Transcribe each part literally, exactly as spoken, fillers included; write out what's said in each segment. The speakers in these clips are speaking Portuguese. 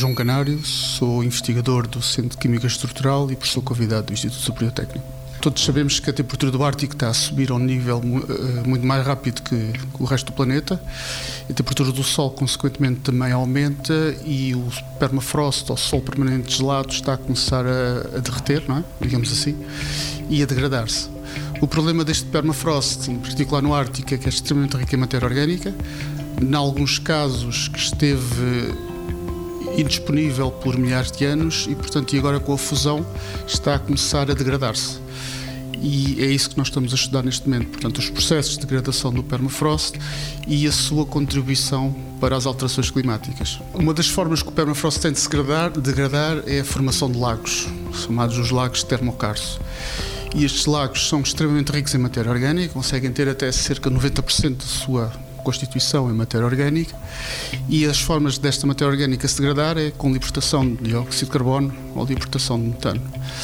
João Canário, sou investigador do Centro de Química Estrutural e professor convidado do Instituto Superior Técnico. Todos sabemos que a temperatura do Ártico está a subir a um nível muito mais rápido que o resto do planeta. A temperatura do Sol, consequentemente, também aumenta e o permafrost, ou Sol permanente gelado, está a começar a, a derreter, não é? Digamos assim, e a degradar-se. O problema deste permafrost, em particular no Ártico, é que é extremamente rico em matéria orgânica. Em alguns casos que esteve indisponível por milhares de anos e, portanto, e agora com a fusão está a começar a degradar-se. E é isso que nós estamos a estudar neste momento, portanto, os processos de degradação do permafrost e a sua contribuição para as alterações climáticas. Uma das formas que o permafrost tem de se degradar, degradar é a formação de lagos, chamados os lagos de termocarso. E estes lagos são extremamente ricos em matéria orgânica, conseguem ter até cerca de noventa por cento da sua constituição em matéria orgânica, e as formas desta matéria orgânica se degradar é com libertação de dióxido de carbono ou libertação de metano.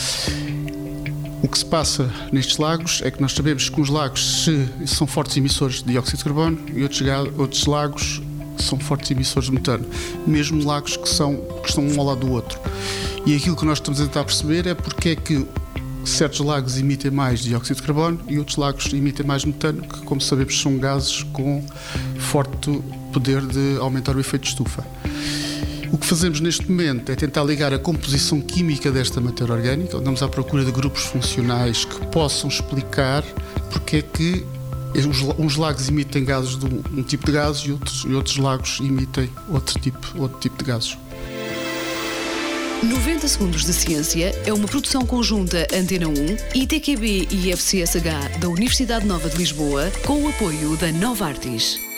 O que se passa nestes lagos é que nós sabemos que uns lagos se, são fortes emissores de dióxido de carbono e outros, outros lagos são fortes emissores de metano, mesmo lagos que, são, que estão um ao lado do outro. E aquilo que nós estamos a tentar perceber é porque é que certos lagos emitem mais dióxido de carbono e outros lagos emitem mais metano, que, como sabemos, são gases com forte poder de aumentar o efeito de estufa. O que fazemos neste momento é tentar ligar a composição química desta matéria orgânica. Andamos à procura de grupos funcionais que possam explicar porque é que uns lagos emitem gases de um tipo de gases e outros, e outros lagos emitem outro tipo, outro tipo de gases. noventa Segundos de Ciência é uma produção conjunta Antena um, I T Q B e I F C S H da Universidade Nova de Lisboa, com o apoio da Novartis.